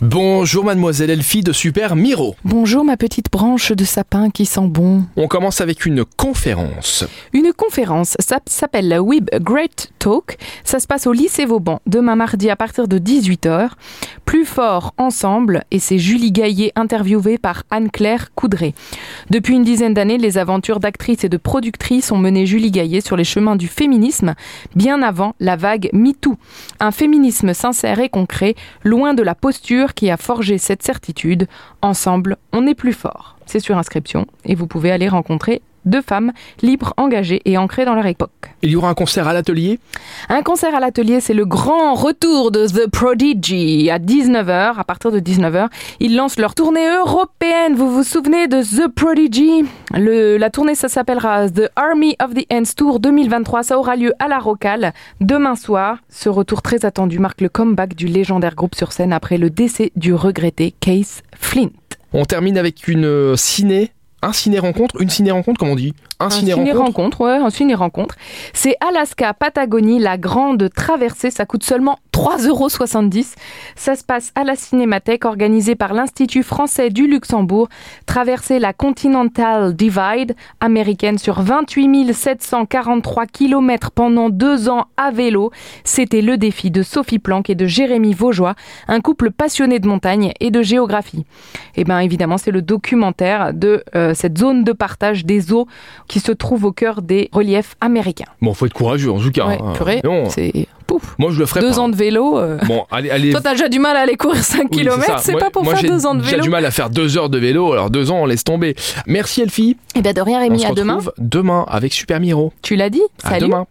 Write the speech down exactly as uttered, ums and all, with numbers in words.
Bonjour mademoiselle Elfie de Super Miro. Bonjour ma petite branche de sapin qui sent bon. On commence avec une conférence. Une conférence, ça s'appelle la W I B Great Talk. Ça se passe au lycée Vauban, demain mardi à partir de dix-huit heures. Plus fort ensemble, et c'est Julie Gaillet interviewée par Anne-Claire Coudray. Depuis une dizaine d'années, les aventures d'actrices et de productrices ont mené Julie Gaillet sur les chemins du féminisme, bien avant la vague MeToo. Un féminisme sincère et concret, loin de la posture qui a forgé cette certitude. Ensemble, on est plus fort. C'est sur inscription et vous pouvez aller rencontrer deux femmes libres, engagées et ancrées dans leur époque. Il y aura un concert à l'atelier ? Un concert à l'atelier, c'est le grand retour de The Prodigy à dix-neuf heures. À partir de dix-neuf heures, ils lancent leur tournée européenne. Vous vous souvenez de The Prodigy ? Le, la tournée, ça s'appellera The Army of the Ants Tour deux mille vingt-trois. Ça aura lieu à la Rocale demain soir. Ce retour très attendu marque le comeback du légendaire groupe sur scène après le décès du regretté Keith Flint. On termine avec une ciné Un ciné-rencontre, une ciné-rencontre, comme on dit Un, un ciné-rencontre, ciné-rencontre, ouais, un ciné-rencontre. C'est Alaska, Patagonie, la grande traversée. Ça coûte seulement trois euros soixante-dix. Ça se passe à la Cinémathèque, organisée par l'Institut français du Luxembourg. Traverser la Continental Divide américaine sur vingt-huit mille sept cent quarante-trois kilomètres pendant deux ans à vélo. C'était le défi de Sophie Planck et de Jérémy Vaugeois, un couple passionné de montagne et de géographie. Et bien évidemment, c'est le documentaire de euh, cette zone de partage des eaux qui se trouve au cœur des reliefs américains. Bon, faut être courageux en tout cas. Ouais, hein. purée, Non. c'est pouf. Moi, je le ferais Deux pas. ans de vélo. Euh... Bon, allez, allez. Toi, t'as déjà du mal à aller courir cinq Oui, kilomètres, c'est, c'est moi, pas pour moi, faire j'ai, deux ans de j'ai vélo. du mal à faire deux heures de vélo, alors deux ans, on laisse tomber. Merci Elfie. Eh bien, de rien, On Rémi, se à demain. retrouve demain avec Super Miro. Tu l'as dit, À salut. demain.